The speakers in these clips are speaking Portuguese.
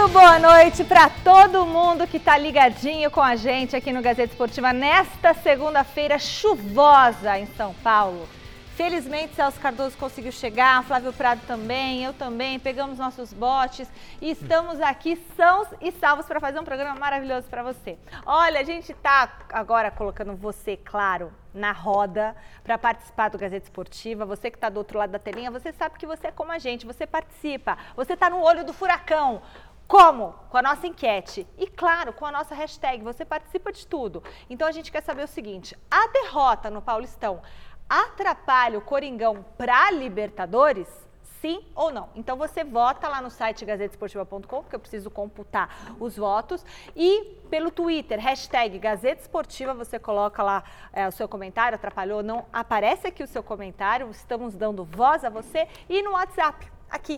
Muito boa noite para todo mundo que está ligadinho com a gente aqui no Gazeta Esportiva nesta segunda-feira chuvosa em São Paulo. Felizmente, Celso Cardoso conseguiu chegar, Flávio Prado também, eu também, pegamos nossos botes e estamos aqui sãos e salvos para fazer um programa maravilhoso para você. Olha, a gente está agora colocando você, claro, na roda para participar do Gazeta Esportiva. Você que está do outro lado da telinha, você sabe que você é como a gente, você participa, você está no olho do furacão. Como? Com a nossa enquete e, claro, com a nossa hashtag, você participa de tudo. Então a gente quer saber o seguinte, a derrota no Paulistão atrapalha o Coringão para Libertadores? Sim ou não? Então você vota lá no site gazetesportiva.com, porque eu preciso computar os votos. E pelo Twitter, hashtag Gazeta Esportiva, você coloca lá o seu comentário, atrapalhou, não aparece aqui o seu comentário, estamos dando voz a você. E no WhatsApp, aqui,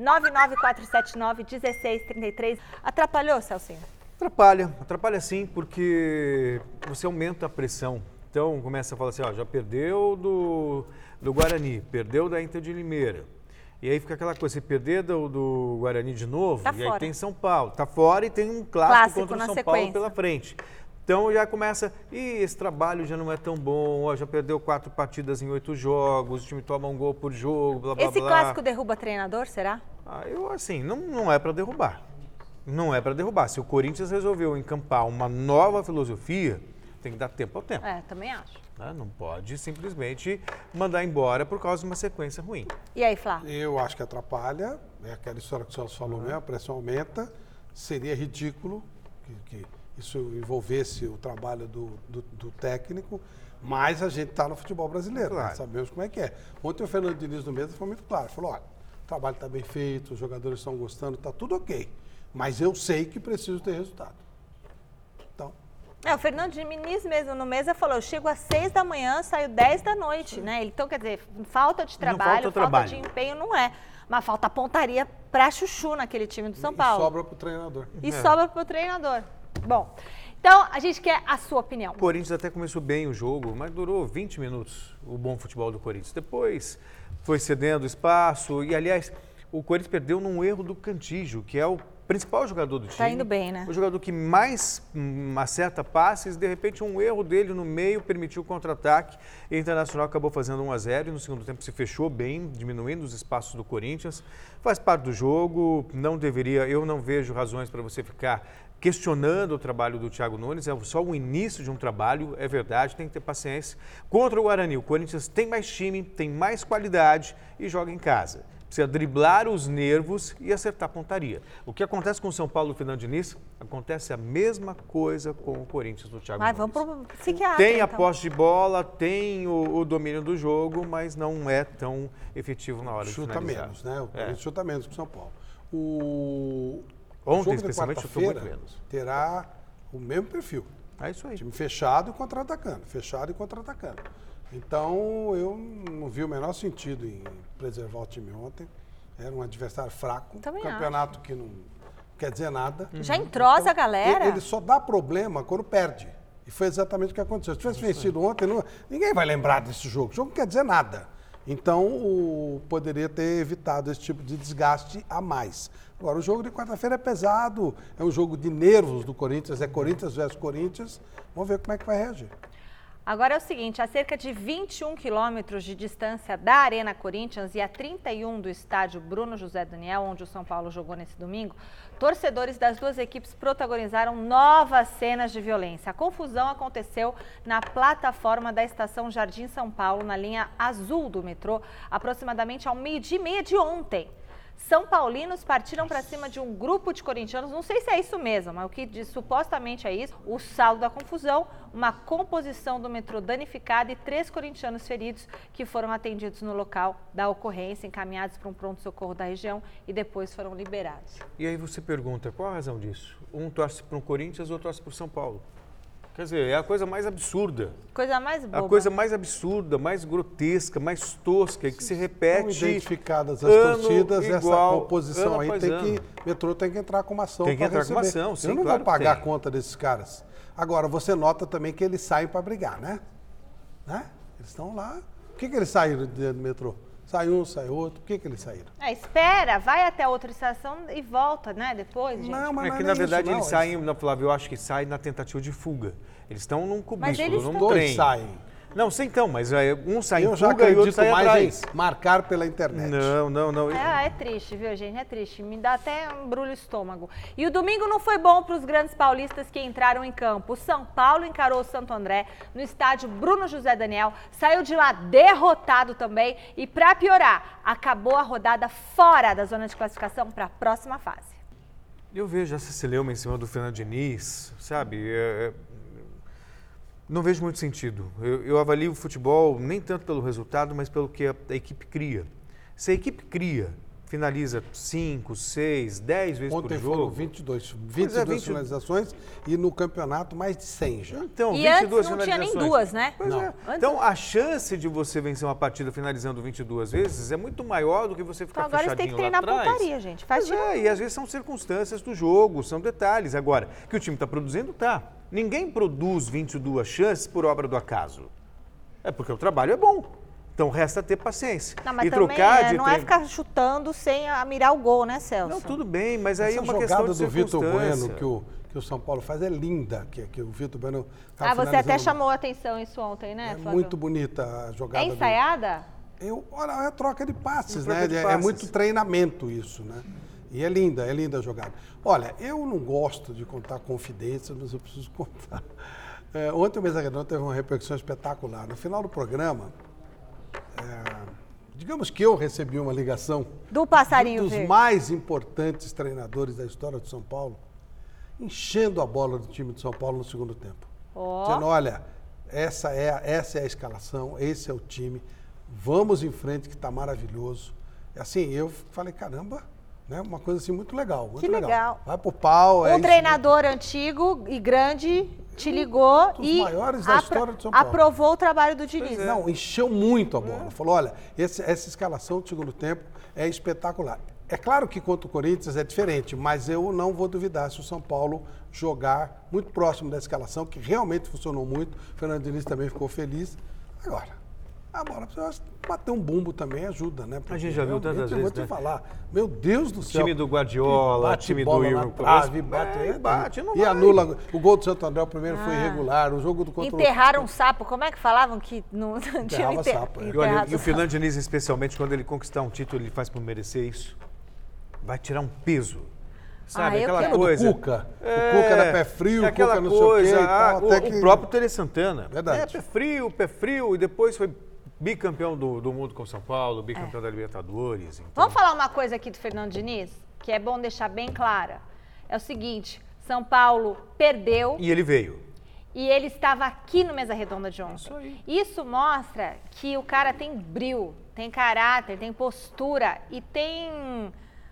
99479-1633. Atrapalhou, Celcinho? Atrapalha sim, porque você aumenta a pressão. Então, começa a falar assim, ó, já perdeu do Guarani, perdeu da Inter de Limeira. E aí fica aquela coisa, você perder do Guarani de novo, e aí tem São Paulo. Tá fora e tem um clássico contra o São Paulo pela frente. Então já começa, esse trabalho já não é tão bom, ó, já perdeu 4 partidas em 8 jogos, o time toma um gol por jogo, blá, blá, blá. Esse clássico derruba treinador, será? Eu, assim, não é para derrubar. Não é para derrubar. Se o Corinthians resolveu encampar uma nova filosofia, tem que dar tempo ao tempo. Também acho. Não pode simplesmente mandar embora por causa de uma sequência ruim. E aí, Flá? Eu acho que atrapalha, é aquela história que o Celso falou mesmo, a pressão aumenta, seria ridículo que isso envolvesse o trabalho do técnico, mas a gente está no futebol brasileiro, claro. Né? Sabemos como é que é. Ontem o Fernando Diniz do Mesa foi muito claro, falou, olha, o trabalho está bem feito, os jogadores estão gostando, está tudo ok, mas eu sei que preciso ter resultado. O Fernando Diniz mesmo no Mesa falou, eu chego às 6 da manhã, saio 10 da noite, né? Então, quer dizer, falta de trabalho, falta de empenho não é, mas falta pontaria pra chuchu naquele time do São Paulo. E sobra pro treinador. Sobra pro treinador. Bom, então a gente quer a sua opinião. O Corinthians até começou bem o jogo, mas durou 20 minutos o bom futebol do Corinthians. Depois foi cedendo espaço e, aliás, o Corinthians perdeu num erro do Cantillo, que é o principal jogador do time. Tá indo bem, né? O jogador que mais acerta passes, de repente um erro dele no meio permitiu o contra-ataque. E o Internacional acabou fazendo 1-0 e no segundo tempo se fechou bem, diminuindo os espaços do Corinthians. Faz parte do jogo, eu não vejo razões para você ficar questionando o trabalho do Thiago Nunes, é só o início de um trabalho, é verdade, tem que ter paciência. Contra o Guarani, o Corinthians tem mais time, tem mais qualidade e joga em casa. Precisa driblar os nervos e acertar a pontaria. O que acontece com o São Paulo e o Fernando Diniz, acontece a mesma coisa com o Corinthians do Thiago Nunes. Mas vamos pro psiquiatra. Tem a posse de bola, tem o domínio do jogo, mas não é tão efetivo na hora de finalizar. Chuta menos, né? O Corinthians chuta menos que o São Paulo. Ontem, especialmente, chutou muito menos. Terá o mesmo perfil. É isso aí. Time fechado e contra-atacando, Então, eu não vi o menor sentido em preservar o time ontem. Era um adversário fraco, campeonato que não quer dizer nada. Já entrosa a galera. Ele só dá problema quando perde. E foi exatamente o que aconteceu. Se tivesse vencido ontem, ninguém vai lembrar desse jogo. O jogo não quer dizer nada. Então, poderia ter evitado esse tipo de desgaste a mais. Agora, o jogo de quarta-feira é pesado, é um jogo de nervos do Corinthians, é Corinthians versus Corinthians. Vamos ver como é que vai reagir. Agora é o seguinte, a cerca de 21 quilômetros de distância da Arena Corinthians e a 31 do estádio Bruno José Daniel, onde o São Paulo jogou nesse domingo, torcedores das duas equipes protagonizaram novas cenas de violência. A confusão aconteceu na plataforma da estação Jardim São Paulo, na linha azul do metrô, aproximadamente ao meio-dia e meia de ontem. São paulinos partiram para cima de um grupo de corintianos, não sei se é isso mesmo, mas o que supostamente é isso. O saldo da confusão, uma composição do metrô danificada e 3 corintianos feridos que foram atendidos no local da ocorrência, encaminhados para um pronto-socorro da região e depois foram liberados. E aí você pergunta, qual a razão disso? Um torce para o Corinthians, outro torce para o São Paulo. Quer dizer, é a coisa mais absurda. Coisa mais boba. A coisa mais absurda, mais grotesca, mais tosca, que se repete. Estão identificadas as torcidas, essa composição aí o metrô tem que entrar com uma ação. Tem que entrar com uma ação, sim, eu não vou pagar a conta desses caras. Agora, você nota também que eles saem para brigar, né? Eles estão lá. O que eles saíram do metrô? Sai um, sai outro. Por que eles saíram? Espera, vai até outra estação e volta, né? Depois, gente. Não, mas É não que, é na isso, verdade, não. eles saem, Flávio, eu acho que saem na tentativa de fuga. Eles estão num cubículo, num Dois trem. saem. Não, sei então, mas um sai em Eu já fuga e o outro acredito sai mais atrás. em marcar pela internet. Não. É triste, viu, gente? É triste. Me dá até um embrulho no estômago. E o domingo não foi bom para os grandes paulistas que entraram em campo. O São Paulo encarou o Santo André no estádio Bruno José Daniel. Saiu de lá derrotado também. E para piorar, acabou a rodada fora da zona de classificação para a próxima fase. Eu vejo essa celeuma em cima do Fernando Diniz, sabe? Não vejo muito sentido. Eu avalio o futebol nem tanto pelo resultado, mas pelo que a equipe cria. Se a equipe cria, finaliza 5, 6, 10 vezes Ontem por jogo... foram 22 finalizações e no campeonato mais de 100 já. Então, E 22 antes não tinha nem finalizações. 2, né? Pois Não. é. Então, a chance de você vencer uma partida finalizando 22 vezes é muito maior do que você ficar Então agora você tem fechadinho que treinar lá atrás. pontaria, gente. Faz E às vezes são circunstâncias do jogo, são detalhes. Agora, que o time está produzindo, tá. Ninguém produz 22 chances por obra do acaso. É porque o trabalho é bom. Então, resta ter paciência. Não, mas e também trocar de não é ficar chutando sem mirar o gol, né, Celso? Não, tudo bem, mas aí Essa é uma questão jogada de do Vitor circunstância. Bueno que o São Paulo faz é linda, que o Vitor Bueno tá Você até finalizando. chamou a atenção isso ontem, né, É Flávio? muito bonita a jogada. É ensaiada? Olha, é troca de passes, Troca né? de É passes. muito treinamento isso, né? E é linda a jogada. Olha, eu não gosto de contar confidências, mas eu preciso contar. Ontem o Mesa Redonda teve uma repercussão espetacular. No final do programa, digamos que eu recebi uma ligação Do passarinho de um dos verde. mais importantes treinadores da história de São Paulo, enchendo a bola do time de São Paulo no segundo tempo. Ó. Dizendo, olha, essa é a escalação, esse é o time, vamos em frente que está maravilhoso. Assim, eu falei, caramba, né? Uma coisa assim muito legal. Muito Que legal. Vai pro pau. Um treinador antigo e grande te ligou dos e maiores da história de São Paulo. aprovou o trabalho do Diniz. Não, encheu muito a bola. Falou, olha, essa escalação do segundo tempo é espetacular. É claro que contra o Corinthians é diferente, mas eu não vou duvidar se o São Paulo jogar muito próximo da escalação, que realmente funcionou muito. O Fernando Diniz também ficou feliz. Agora, a bola precisa bater um bumbo também ajuda, né? Porque A gente já viu tantas realmente, eu vezes, vou te né? falar, meu Deus do céu. Time do Guardiola, Bate time do bola na Jürgen trave, Klopp. bate, não e vai. anula. O gol do Santo André, o primeiro foi irregular, o jogo do contra Enterraram um sapo, como é que falavam que não tinha Enterrava sapo, é. E, olha, e o Fernando Diniz, especialmente, quando ele conquistar um título, ele faz por merecer isso. Vai tirar um peso. Sabe, eu aquela quero. coisa. O Cuca era pé frio, aquela Cuca não sei o coisa. quê e tal, até que... O próprio Tele Santana. Verdade. Pé frio, e depois foi bicampeão do mundo com São Paulo, bicampeão da Libertadores. Então... Vamos falar uma coisa aqui do Fernando Diniz, que é bom deixar bem clara. É o seguinte, São Paulo perdeu E ele veio. e ele estava aqui no Mesa Redonda de ontem. Isso aí. Isso mostra que o cara tem brio, tem caráter, tem postura e tem...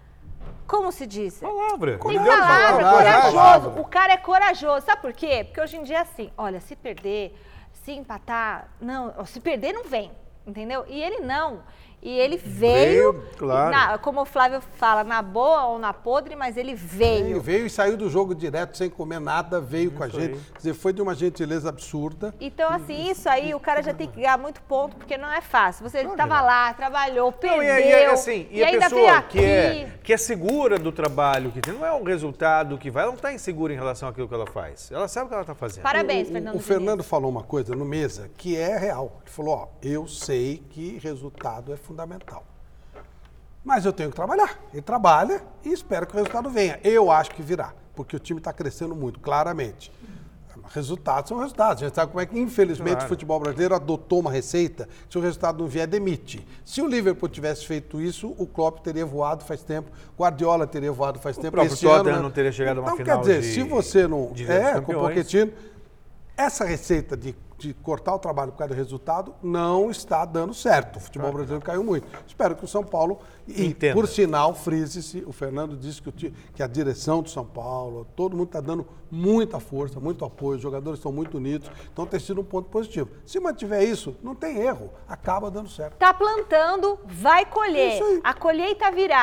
Como se diz? Palavra. Tem Ele deu palavra, palavra. corajoso. O cara é corajoso. Sabe por quê? Porque hoje em dia é assim, olha, se perder, se empatar, não, se perder não vem, entendeu? E ele não. E ele veio, claro. como o Flávio fala, na boa ou na podre, mas ele Ele veio. veio e saiu do jogo direto, sem comer nada, veio com a gente. Quer dizer, foi de uma gentileza absurda. Então, assim, isso aí, o cara já tem que ganhar muito ponto, porque não é fácil. Você estava lá, trabalhou, perdeu, Não, e a ainda veio pessoa aqui. que é segura do trabalho que tem, não é um resultado que vai, ela não está insegura em relação àquilo que ela faz. Ela sabe o que ela está fazendo. Parabéns, O Fernando Fernando Diniz. falou uma coisa no Mesa que é real. Ele falou, ó, eu sei que resultado é fundamental. Mas eu tenho que trabalhar. Ele trabalha e espera que o resultado venha. Eu acho que virá, porque o time está crescendo muito, claramente. Resultados são resultados. A gente sabe como é que, infelizmente, Claro. o futebol brasileiro adotou uma receita. Se o resultado não vier, demite. Se o Liverpool tivesse feito isso, o Klopp teria voado faz tempo, Guardiola teria voado faz tempo. próprio Esse ano, Tottenham né? não teria chegado a uma Então, final quer dizer, de- se você não... de Liga dos com o Campeões. Pochettino, essa receita de cortar o trabalho por causa do resultado não está dando certo. O futebol brasileiro caiu muito. Espero que o São Paulo, e Entenda. por sinal, frise-se, o Fernando disse que a direção do São Paulo, todo mundo está dando muita força, muito apoio, os jogadores estão muito unidos, então tem sido um ponto positivo. Se mantiver isso, não tem erro, acaba dando certo. Tá plantando, vai É colher. isso aí. A colheita virá.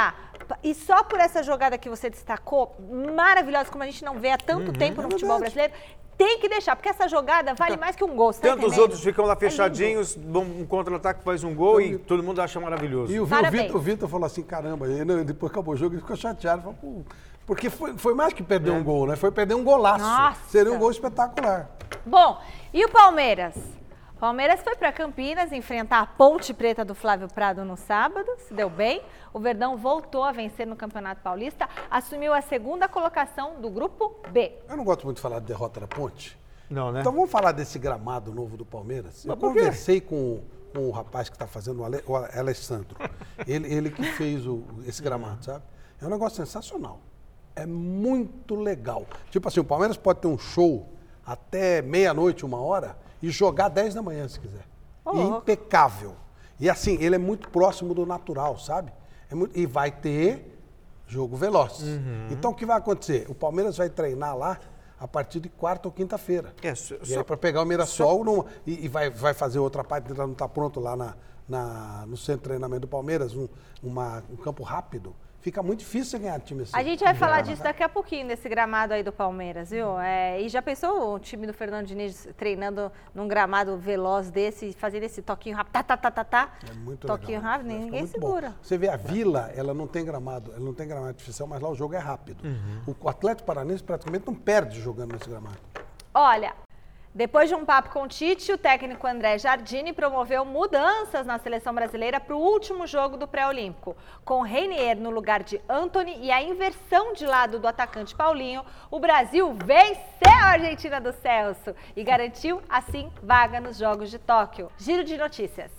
e só por essa jogada que você destacou, maravilhosa, como a gente não vê há tanto tempo no futebol brasileiro, tem que deixar, porque essa jogada vale mais que um gol, você tá Tantos entendendo? outros ficam lá fechadinhos, um contra-ataque faz um gol e todo mundo acha maravilhoso. E o Vitor falou assim, caramba, depois acabou o jogo, ele ficou chateado, falou, pô, porque foi mais que perder um gol, né? Foi perder um golaço. Nossa. Seria um gol espetacular. Bom, e o Palmeiras? O Palmeiras foi para Campinas enfrentar a Ponte Preta do Flávio Prado no sábado, se deu bem. O Verdão voltou a vencer no Campeonato Paulista, assumiu a 2ª colocação do Grupo B. Eu não gosto muito de falar de derrota da Ponte. Não, né? Então vamos falar desse gramado novo do Palmeiras. Eu conversei com o rapaz que está fazendo, o Alessandro. Ele que fez esse gramado, sabe? É um negócio sensacional. É muito legal. Tipo assim, o Palmeiras pode ter um show até meia-noite, 1h, e jogar 10 da manhã, se quiser. Impecável. E assim, ele é muito próximo do natural, sabe? E vai ter jogo veloz. Então, o que vai acontecer? O Palmeiras vai treinar lá a partir de quarta ou quinta-feira. E aí, para pegar o Mirassol, e vai fazer outra parte, ainda não está pronto lá no centro de treinamento do Palmeiras, um campo rápido. Fica muito difícil você ganhar de time assim. A gente vai falar disso daqui a pouquinho, desse gramado aí do Palmeiras, viu? E já pensou o time do Fernando Diniz treinando num gramado veloz desse, fazendo esse toquinho rápido, É muito toquinho legal. rápido, ninguém segura. Bom. Você vê a Vila, ela não tem gramado artificial, mas lá o jogo é rápido. O Atlético Paranaense praticamente não perde jogando nesse gramado. Olha, depois de um papo com o Tite, o técnico André Jardine promoveu mudanças na seleção brasileira para o último jogo do pré-olímpico. Com Reinier no lugar de Antony e a inversão de lado do atacante Paulinho, o Brasil venceu a Argentina do Celso e garantiu, assim, vaga nos Jogos de Tóquio. Giro de notícias.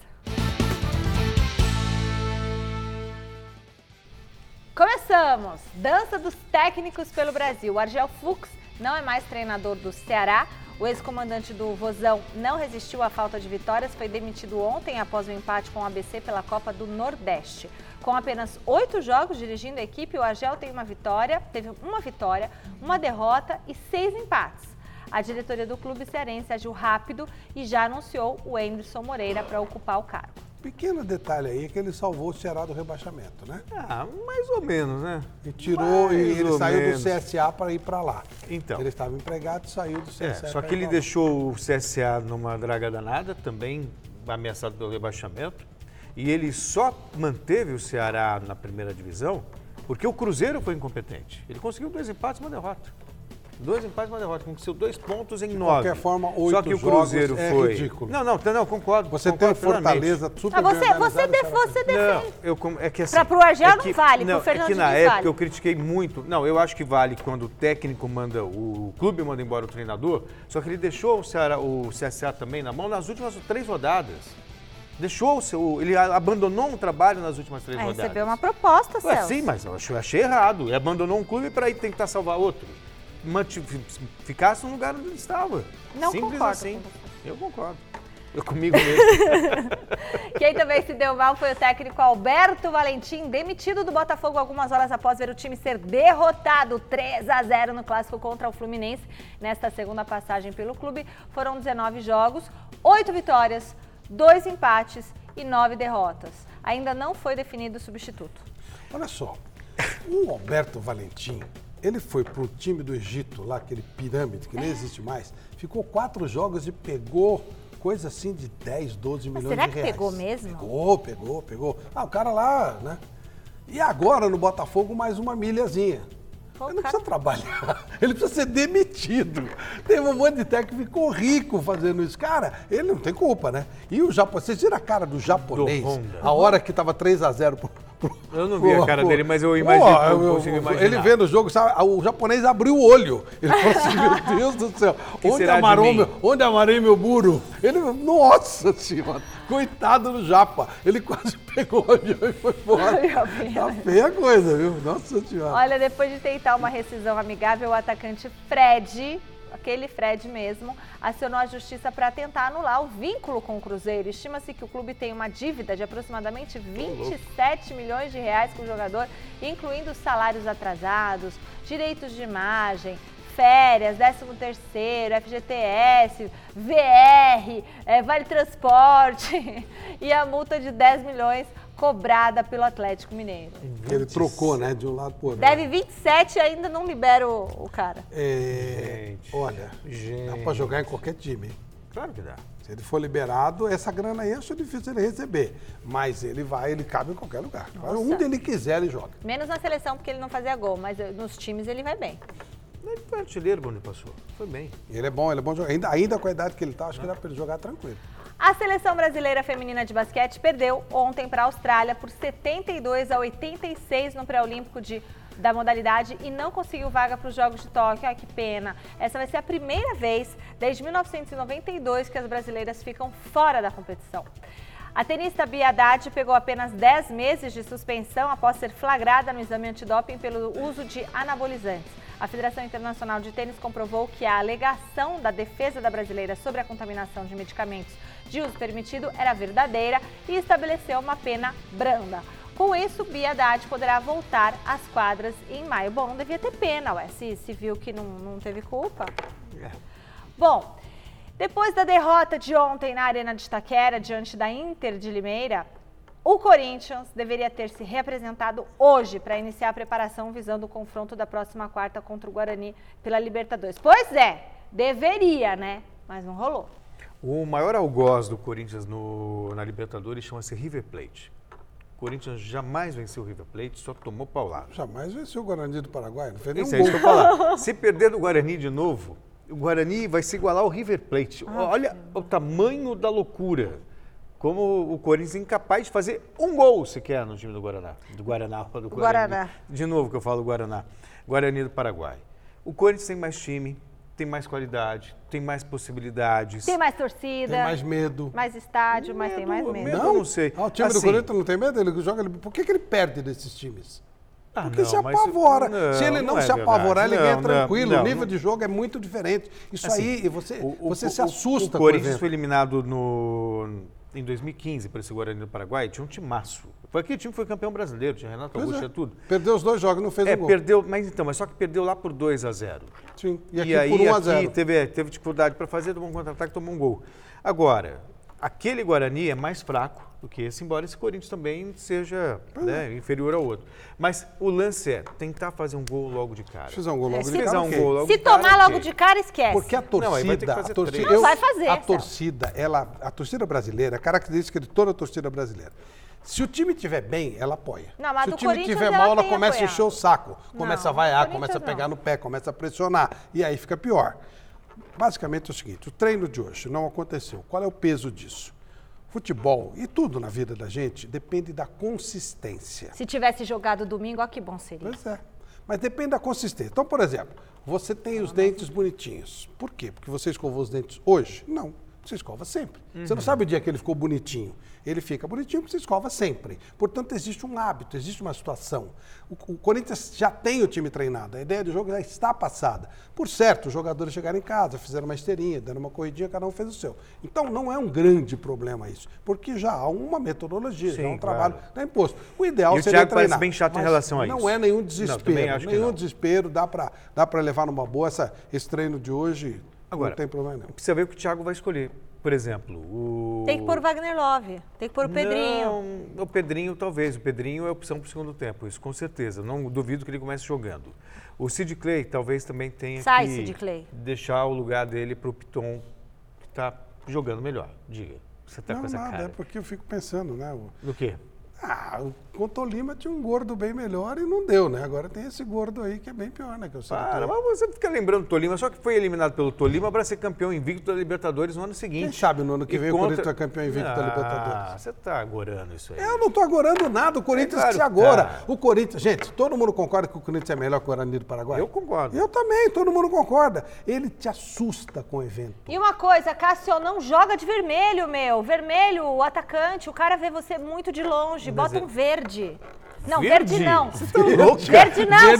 Começamos! Dança dos técnicos pelo Brasil. O Argel Fux não é mais treinador do Ceará. O ex-comandante do Vozão não resistiu à falta de vitórias, foi demitido ontem após o empate com o ABC pela Copa do Nordeste. Com apenas 8 jogos dirigindo a equipe, o Argel teve uma vitória, uma derrota e 6 empates. A diretoria do clube cearense agiu rápido e já anunciou o Anderson Moreira para ocupar o cargo. Pequeno detalhe aí é que ele salvou o Ceará do rebaixamento, né? Mais ou menos, né? E ele saiu do CSA para ir para lá. Então. Ele estava empregado e saiu do CSA. Só que ele deixou o CSA numa draga danada, também ameaçado pelo rebaixamento. E ele só manteve o Ceará na primeira divisão porque o Cruzeiro foi incompetente. Ele conseguiu 2 empates e uma derrota. 2 empates e uma derrota, conquistou 2 pontos em 9. De qualquer forma, 8 Só que o Cruzeiro foi ridículo. Não, concordo. Você tem o Fortaleza super você defende. Não, é que assim... Pro Argel não vale, pro Fernando Diniz vale. É que na época eu critiquei muito. Não, eu acho que vale quando o técnico manda, o clube manda embora o treinador, só que ele deixou o CSA também na mão nas últimas 3 rodadas. Ele abandonou um trabalho nas últimas 3 rodadas. Recebeu uma proposta, Celso. Sim, mas eu achei errado. Ele abandonou um clube para ir tentar salvar outro. Ficasse no lugar onde ele estava. Não Simples concordo assim. com você. Eu concordo. Eu comigo mesmo. Quem também se deu mal foi o técnico Alberto Valentim, demitido do Botafogo algumas horas após ver o time ser derrotado 3-0 no clássico contra o Fluminense. Nesta segunda passagem pelo clube, foram 19 jogos, 8 vitórias, 2 empates e 9 derrotas. Ainda não foi definido o substituto. Olha só, o Alberto Valentim, ele foi pro time do Egito, lá aquele pirâmide que nem existe mais, ficou 4 jogos e pegou coisa assim de 10, 12 milhões de reais. Será que pegou mesmo? Pegou. O cara lá, né? E agora no Botafogo mais uma milhazinha. Ele não precisa trabalhar, ele precisa ser demitido. Teve um monte de técnico que ficou rico fazendo isso. Cara, ele não tem culpa, né? E o japonês, vocês viram a cara do japonês? A hora que tava 3-0 eu não vi a cara dele, mas eu consigo imaginar. Ele vendo o jogo, sabe, o japonês abriu o olho. Ele falou assim, meu Deus do céu, onde amarei meu burro? Ele, nossa senhora, coitado do japa. Ele quase pegou o avião e foi embora. Tá feia a coisa, viu? Nossa senhora. Olha, depois de tentar uma rescisão amigável, o atacante Fred, aquele Fred mesmo, acionou a justiça para tentar anular o vínculo com o Cruzeiro. Estima-se que o clube tem uma dívida de aproximadamente 27 milhões de reais com o jogador, incluindo salários atrasados, direitos de imagem, férias, 13º, FGTS, VR, Vale Transporte e a multa de 10 milhões cobrada pelo Atlético Mineiro. Ele trocou, né, de um lado pro outro. Deve 27 e ainda não libera o cara. Olha, dá pra jogar em qualquer time, hein? Claro que dá. Se ele for liberado, essa grana aí acho difícil ele receber. Mas ele cabe em qualquer lugar. Onde ele quiser, ele joga. Menos na seleção, porque ele não fazia gol, mas nos times ele vai bem. Ele foi artilheiro quando ele passou. Foi bem. Ele é bom jogar. Ainda com a idade que ele tá, acho que dá pra ele jogar tranquilo. A seleção brasileira feminina de basquete perdeu ontem para a Austrália por 72-86 no pré-olímpico da modalidade e não conseguiu vaga para os Jogos de Tóquio. Ai, que pena. Essa vai ser a primeira vez desde 1992 que as brasileiras ficam fora da competição. A tenista Bia Haddad pegou apenas 10 meses de suspensão após ser flagrada no exame antidoping pelo uso de anabolizantes. A Federação Internacional de Tênis comprovou que a alegação da defesa da brasileira sobre a contaminação de medicamentos de uso permitido era verdadeira e estabeleceu uma pena branda. Com isso, Bia Haddad poderá voltar às quadras em maio. Bom, não devia ter pena, se viu que não teve culpa. Bom, depois da derrota de ontem na Arena de Itaquera, diante da Inter de Limeira, o Corinthians deveria ter se reapresentado hoje para iniciar a preparação visando o confronto da próxima quarta contra o Guarani pela Libertadores. Pois é, deveria, né? Mas não rolou. O maior algoz do Corinthians na Libertadores chama-se River Plate. O Corinthians jamais venceu o River Plate, só tomou paulada. Jamais venceu o Guarani do Paraguai, não fez nenhum Isso é gol. isso que eu falar. Se perder do Guarani de novo, o Guarani vai se igualar ao River Plate. Olha o tamanho da loucura. Como o Corinthians é incapaz de fazer um gol sequer no time do Guaraná. Do Guaraná. De novo que eu falo Guaraná. Guarani do Paraguai. O Corinthians tem mais time, tem mais qualidade, tem mais possibilidades. Tem mais torcida. Tem mais medo. Mais estádio, mas tem mais medo. Eu não sei. O time do Corinthians não tem medo? Ele joga. Por que ele perde desses times? Porque se apavora. Se ele não se apavorar, ele ganha tranquilo. O nível de jogo é muito diferente. Isso assim, aí, você se assusta com o Corinthians foi eliminado em 2015 para esse Guarani do Paraguai, tinha um timaço. Foi aquele time que foi campeão brasileiro, tinha Renato Augusto, tinha tudo. Perdeu os 2 jogos, não fez um gol. Perdeu, mas só que perdeu lá por 2-0. Sim, e aqui por 1-0. Teve dificuldade para fazer, tomou um contra-ataque, tomou um gol. Agora, aquele Guarani é mais fraco do que esse, embora esse Corinthians também seja inferior ao outro. Mas o lance é tentar fazer um gol logo de cara. Se fizer um gol logo de cara, se tomar logo de cara, esquece. Porque a torcida, não vai fazer. A torcida brasileira, a característica de toda a torcida brasileira. Se o time estiver bem, ela apoia. Não, mas se o time estiver mal, ela começa a encher o saco. Começa a vaiar, começa a pegar no pé, começa a pressionar. E aí fica pior. Basicamente é o seguinte, o treino de hoje não aconteceu. Qual é o peso disso? Futebol e tudo na vida da gente depende da consistência. Se tivesse jogado domingo, ó que bom seria. Pois é. Mas depende da consistência. Então, por exemplo, você tem os dentes bonitinhos. Por quê? Porque você escovou os dentes hoje? Não. Você escova sempre. Você não sabe o dia que ele ficou bonitinho. Ele fica bonitinho porque você escova sempre. Portanto, existe um hábito, existe uma situação. O Corinthians já tem o time treinado. A ideia do jogo já está passada. Por certo, os jogadores chegaram em casa, fizeram uma esteirinha, deram uma corridinha, cada um fez o seu. Então, não é um grande problema isso. Porque já há uma metodologia, já há um trabalho imposto. O ideal seria treinar. O Thiago parece bem chato em relação a isso. Não é nenhum desespero. Nenhum desespero. Dá para levar numa boa esse treino de hoje. Agora, não tem problema nenhum. Precisa ver o que o Thiago vai escolher. Por exemplo, Tem que pôr o Wagner Love, tem que pôr o Pedrinho. Não, o Pedrinho talvez. O Pedrinho é opção para o segundo tempo, isso com certeza. Não duvido que ele comece jogando. O Sid Clay talvez também tenha que deixar o lugar dele para o Piton, que está jogando melhor. Diga, você está com essa cara. É porque eu fico pensando, né? No quê? O Tolima tinha um gordo bem melhor e não deu, né? Agora tem esse gordo aí que é bem pior, né? Mas você fica lembrando do Tolima, só que foi eliminado pelo Tolima para ser campeão invicto da Libertadores no ano seguinte. Quem sabe no ano que vem o Corinthians é campeão invicto da Libertadores? Você está agorando isso aí. Eu não estou agorando nada, o Corinthians que se agora. O Corinthians, gente, todo mundo concorda que o Corinthians é melhor que o Guarani do Paraguai? Eu concordo. Eu também, todo mundo concorda. Ele te assusta com o evento. E uma coisa, Cássio, não joga de vermelho, meu. Vermelho, o atacante, o cara vê você muito de longe, bota um verde. Não, verde não. Você tá louca? Verde não,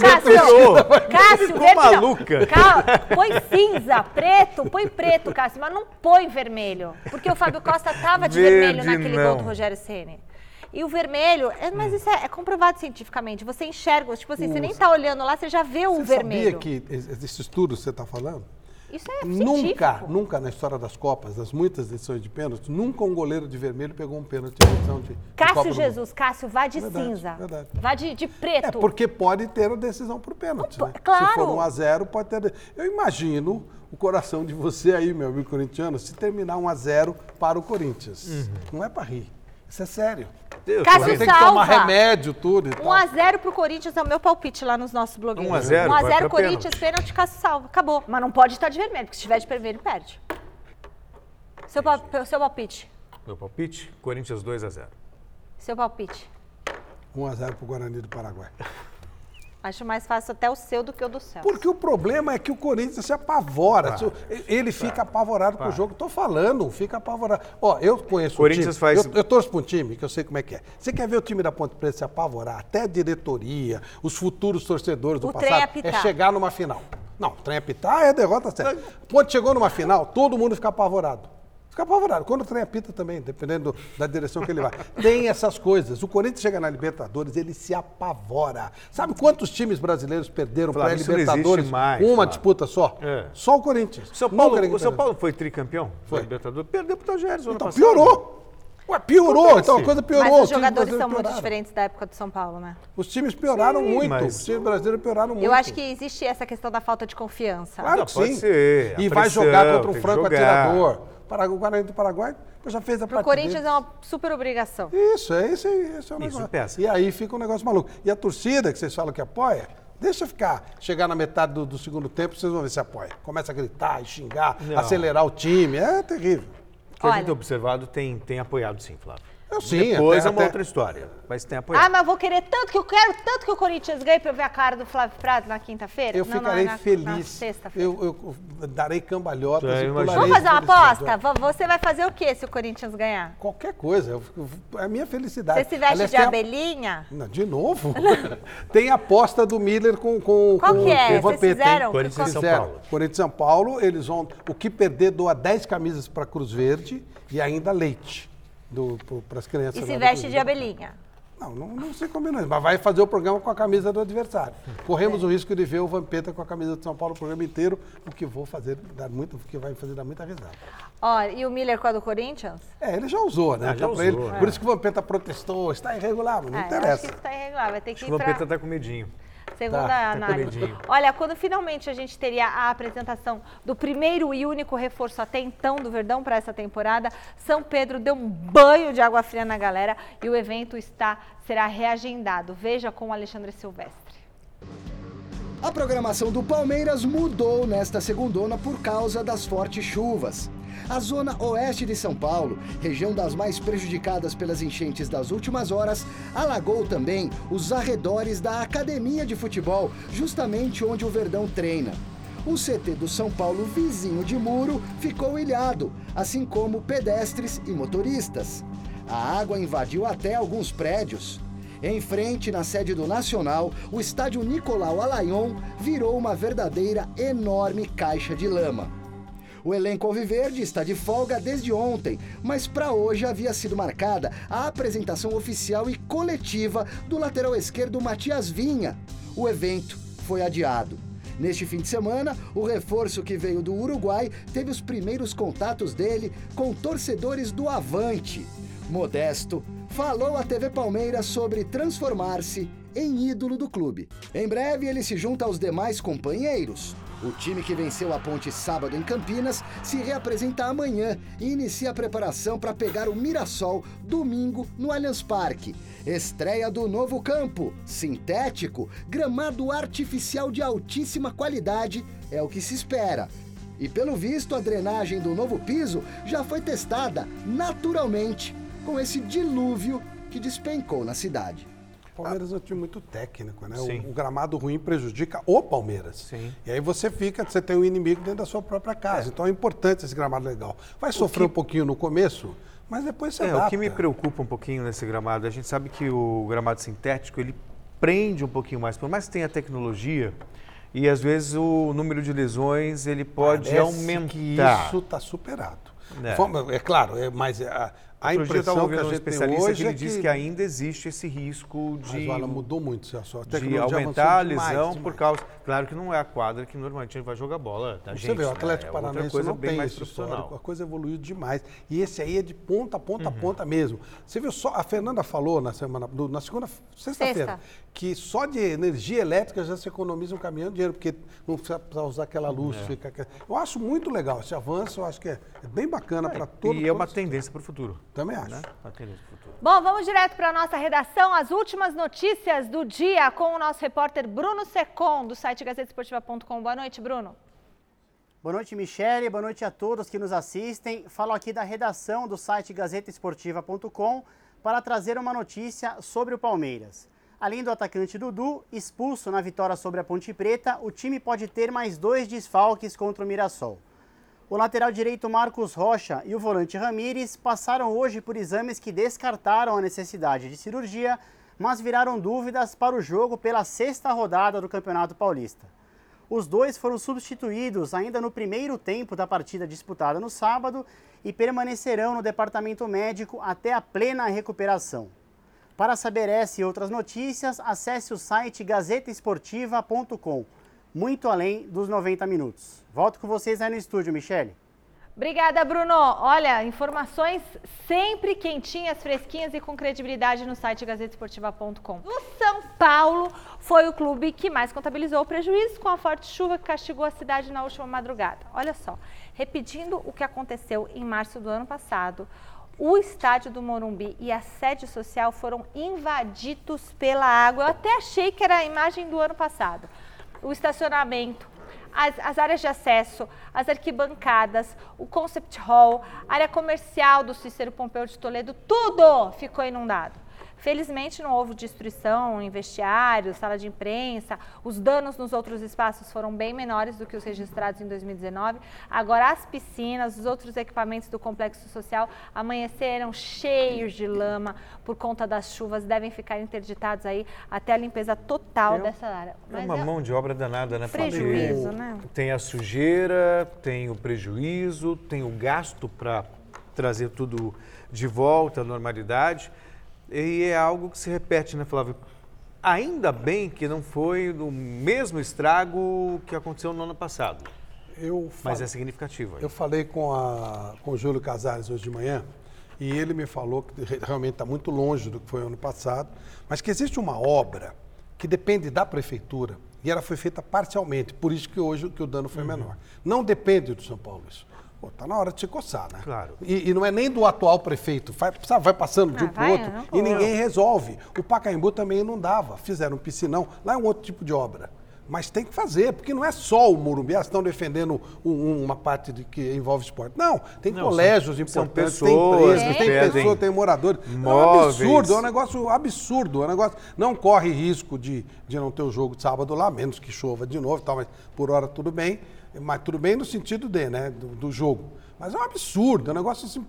Cássio, verde maluca. não. Calma, põe cinza, preto, põe preto, Cássio, mas não põe vermelho. Porque o Fábio Costa tava de vermelho naquele gol do Rogério Ceni. E o vermelho, mas isso é comprovado cientificamente. Você enxerga, tipo assim, você nem tá olhando lá, você já vê o vermelho. Você sabia que esse estudo que você está falando, Isso é científico. Nunca na história das Copas, das muitas decisões de pênalti, nunca um goleiro de vermelho pegou um pênalti em decisão de Cássio Jesus, Cássio, vá de cinza. Verdade. Vá de preto. Porque pode ter a decisão por pênalti, né? Claro. Se for 1-0, pode ter... Eu imagino o coração de você aí, meu amigo corintiano, se terminar 1-0 para o Corinthians. Não é para rir. Isso é sério. Cássio Você tem que tomar remédio, tudo e tal. 1-0 pro Corinthians é o meu palpite lá nos nossos blogueiros. 1-0 Corinthians, pênalti, Cássio salva. Acabou. Mas não pode estar de vermelho, porque se tiver de vermelho, perde. Seu palpite. Meu palpite, Corinthians 2-0. Seu palpite. 1-0 pro Guarani do Paraguai. Acho mais fácil até o seu do que o do Celso. Porque o problema é que o Corinthians se apavora. Ele fica apavorado com o jogo. Tô falando, fica apavorado. Ó, eu conheço Corinthians time. faz... Eu torço para um time que eu sei como é que é. Você quer ver o time da Ponte Preta se apavorar? Até a diretoria, os futuros torcedores do passado, é chegar numa final. Não, o trem apitar é derrota séria. Ponte chegou numa final, todo mundo fica apavorado. Fica apavorado. Quando o trem apita também, dependendo da direção que ele vai. Tem essas coisas. O Corinthians chega na Libertadores, ele se apavora. Sabe quantos times brasileiros perderam para a Libertadores uma disputa só? Só o Corinthians. O São Paulo foi tricampeão? Foi. Libertadores. Perdeu para o Tajeres ano passado. Piorou. Piorou. Então a coisa piorou. Mas os jogadores são muito diferentes da época do São Paulo, né? Os times pioraram muito. Os times brasileiros pioraram muito. Eu acho que existe essa questão da falta de confiança. Claro que sim. Pode ser. E vai jogar contra um franco atirador. O Guarani do Paraguai já fez a partida. O Corinthians é uma super obrigação. Esse é o negócio. Pesa. E aí fica um negócio maluco. E a torcida, que vocês falam que apoia, deixa chegar na metade do segundo tempo, vocês vão ver se apoia. Começa a gritar e xingar, acelerar o time. É terrível. O que a gente tem observado tem apoiado sim, Flávio. Sim, depois é uma outra história, mas tem apoiado. Mas eu vou querer tanto que o Corinthians ganhe para eu ver a cara do Flávio Prado na quinta-feira? Eu ficarei feliz. Na sexta-feira. Eu darei cambalhotas e pularei. Vamos fazer uma aposta? Você vai fazer o quê se o Corinthians ganhar? Qualquer coisa. É a minha felicidade. Você se veste de abelhinha? Não, de novo? Tem a aposta do Miller com Qual que é? o Vampeta. Vocês fizeram? Corinthians e São Paulo. Corinthians e São Paulo, eles vão... O que perder doa 10 camisas para Cruz Verde e ainda leite. Para as crianças. E se veste de abelhinha? Não se combinou, mas vai fazer o programa com a camisa do adversário. Corremos o risco de ver o Vampeta com a camisa de São Paulo o programa inteiro, o que vai fazer dar muita risada. E o Miller com a do Corinthians? Ele já usou, né? Já usou, ele. Por isso que o Vampeta protestou, está irregular, mas não interessa. Acho que está irregular, vai ter que ir O Vampeta está com medinho. Segunda análise. Olha, quando finalmente a gente teria a apresentação do primeiro e único reforço até então do Verdão para essa temporada, São Pedro deu um banho de água fria na galera e o evento será reagendado. Veja com o Alexandre Silvestre. A programação do Palmeiras mudou nesta segundona por causa das fortes chuvas. A zona oeste de São Paulo, região das mais prejudicadas pelas enchentes das últimas horas, alagou também os arredores da academia de futebol, justamente onde o Verdão treina. O CT do São Paulo, vizinho de muro, ficou ilhado, assim como pedestres e motoristas. A água invadiu até alguns prédios. Em frente, na sede do Nacional, o estádio Nicolau Alayon virou uma verdadeira enorme caixa de lama. O elenco alviverde está de folga desde ontem, mas para hoje havia sido marcada a apresentação oficial e coletiva do lateral esquerdo Matias Vinha. O evento foi adiado. Neste fim de semana, o reforço que veio do Uruguai teve os primeiros contatos dele com torcedores do Avante. Modesto falou à TV Palmeiras sobre transformar-se em ídolo do clube. Em breve, ele se junta aos demais companheiros. O time que venceu a Ponte sábado em Campinas se reapresenta amanhã e inicia a preparação para pegar o Mirassol domingo no Allianz Parque. Estreia do novo campo, sintético, gramado artificial de altíssima qualidade, é o que se espera. E pelo visto, a drenagem do novo piso já foi testada naturalmente com esse dilúvio que despencou na cidade. O Palmeiras é um time muito técnico, né? Sim. O gramado ruim prejudica o Palmeiras. Sim. E aí você tem um inimigo dentro da sua própria casa. Então é importante esse gramado legal. Vai sofrer um pouquinho no começo, mas depois você adapta. O que me preocupa um pouquinho nesse gramado, a gente sabe que o gramado sintético, ele prende um pouquinho mais, por mais que tenha tecnologia, e às vezes o número de lesões, ele pode aumentar. Que isso está superado. É claro, mas A Outro dia eu estava impressão que ouvindo a um gente tem especialista hoje que ele é disse que ainda existe esse risco de, Mas olha, mudou muito, Celso. A de tecnologia aumentar a avançou lesão demais. por causa... Claro que não é a quadra que normalmente a gente vai jogar bola da gente. Você vê, o né? Atlético É outra Paranaense coisa não bem tem mais esse profissional. histórico. A coisa evoluiu demais. E esse aí é de ponta a ponta a ponta mesmo. Você viu só, a Fernanda falou na sexta-feira, que só de energia elétrica já se economiza um caminhão de dinheiro, porque não precisa usar aquela luz. Eu acho muito legal esse avanço, eu acho que é bem bacana para todos. E é uma tendência para o futuro. Também acho. Né? Uma tendência para o futuro. Bom, vamos direto para a nossa redação, as últimas notícias do dia com o nosso repórter Bruno Secom, do site gazetesportiva.com. Boa noite, Bruno. Boa noite, Michele. Boa noite a todos que nos assistem. Falo aqui da redação do site gazetesportiva.com para trazer uma notícia sobre o Palmeiras. Além do atacante Dudu, expulso na vitória sobre a Ponte Preta, o time pode ter mais 2 desfalques contra o Mirassol. O lateral direito Marcos Rocha e o volante Ramires passaram hoje por exames que descartaram a necessidade de cirurgia, mas viraram dúvidas para o jogo pela 6ª rodada do Campeonato Paulista. Os dois foram substituídos ainda no primeiro tempo da partida disputada no sábado e permanecerão no departamento médico até a plena recuperação. Para saber essa e outras notícias, acesse o site gazetesportiva.com. Muito além dos 90 minutos. Volto com vocês aí no estúdio, Michele. Obrigada, Bruno. Olha, informações sempre quentinhas, fresquinhas e com credibilidade no site gazetesportiva.com. O São Paulo foi o clube que mais contabilizou o prejuízo com a forte chuva que castigou a cidade na última madrugada. Olha só, repetindo o que aconteceu em março do ano passado, o estádio do Morumbi e a sede social foram invadidos pela água. Eu até achei que era a imagem do ano passado. O estacionamento, as áreas de acesso, as arquibancadas, o Concept Hall, a área comercial do Cícero Pompeu de Toledo, tudo ficou inundado. Felizmente não houve destruição em vestiários, sala de imprensa, os danos nos outros espaços foram bem menores do que os registrados em 2019. Agora as piscinas, os outros equipamentos do complexo social amanheceram cheios de lama por conta das chuvas, devem ficar interditados aí até a limpeza total dessa área. É uma mão de obra danada, né? Prejuízo, né? Tem a sujeira, tem o prejuízo, tem o gasto para trazer tudo de volta à normalidade. E é algo que se repete, né, Flávio? Ainda bem que não foi no mesmo estrago que aconteceu no ano passado. Mas é significativo. Eu falei com o Júlio Casares hoje de manhã e ele me falou que realmente está muito longe do que foi ano passado, mas que existe uma obra que depende da prefeitura e ela foi feita parcialmente, por isso que hoje que o dano foi menor. Não depende do São Paulo isso. Tá na hora de se coçar, né? Claro. E não é nem do atual prefeito, vai passando de um para o outro e ninguém resolve. O Pacaembu também inundava, fizeram um piscinão, lá é um outro tipo de obra. Mas tem que fazer, porque não é só o Morumbi, elas estão defendendo uma parte que envolve esporte. Não, tem colégios importantes, tem empresas, tem moradores. É um absurdo, é um negócio absurdo. É um negócio, não corre risco de não ter o jogo de sábado lá, menos que chova de novo e tal, mas por hora tudo bem. Mas tudo bem no sentido do jogo. Mas é um absurdo, é um negócio assim,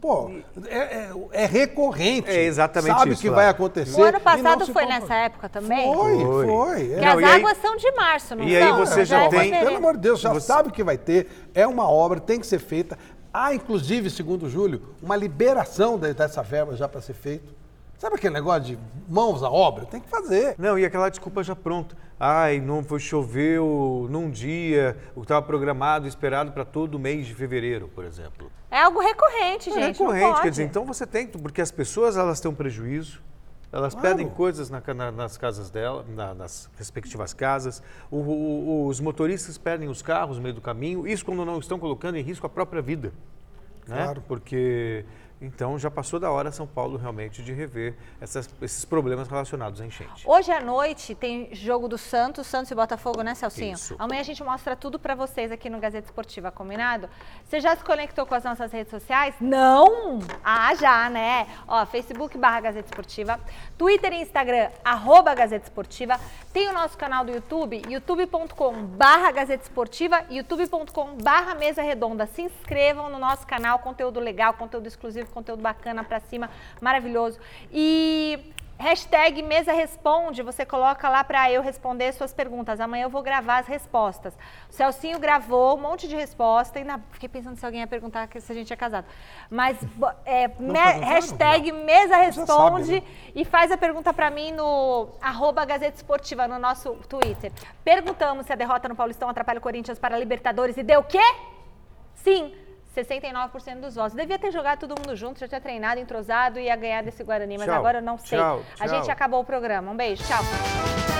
é recorrente. É exatamente Sabe isso. Que vai acontecer. O ano passado foi nessa época também? Foi. Porque as águas são de março, não são? E aí você já tem... Pelo amor de Deus, já sabe que vai ter, é uma obra, tem que ser feita. Há, inclusive, segundo o Júlio, uma liberação dessa verba já para ser feito. Sabe aquele negócio de mãos à obra? Tem que fazer. Não, e aquela desculpa já pronta. Não foi choveu num dia, o que estava programado, esperado para todo mês de fevereiro, por exemplo. É algo recorrente, gente. É recorrente, quer dizer, então você tem, porque as pessoas elas têm um prejuízo, elas pedem coisas nas casas dela, nas respectivas casas, os motoristas perdem os carros no meio do caminho, isso quando não estão colocando em risco a própria vida. Claro. Né? Porque... Então, já passou da hora São Paulo realmente de rever esses problemas relacionados à enchente. Hoje à noite tem jogo do Santos e Botafogo, né, Celcinho? Isso. Amanhã a gente mostra tudo pra vocês aqui no Gazeta Esportiva, combinado? Você já se conectou com as nossas redes sociais? Não? Já, né? Facebook/Gazeta Esportiva, Twitter e Instagram, @Gazeta Esportiva. Tem o nosso canal do YouTube, youtube.com/Gazeta Esportiva, youtube.com/Mesa Redonda. Se inscrevam no nosso canal, conteúdo legal, conteúdo exclusivo, conteúdo bacana pra cima, maravilhoso. E Hashtag Mesa Responde, você coloca lá para eu responder suas perguntas. Amanhã eu vou gravar as respostas. O Celcinho gravou um monte de resposta, ainda fiquei pensando se alguém ia perguntar se a gente é casado. Mas hashtag Mesa Responde, sabe, né? E faz a pergunta para mim no @Gazeta Esportiva, no nosso Twitter. Perguntamos se a derrota no Paulistão atrapalha o Corinthians para a Libertadores e deu o quê? Sim. 69% dos votos. Devia ter jogado todo mundo junto, já tinha treinado, entrosado e ia ganhar desse Guarani, mas agora eu não sei. Tchau. A gente acabou o programa. Um beijo, tchau.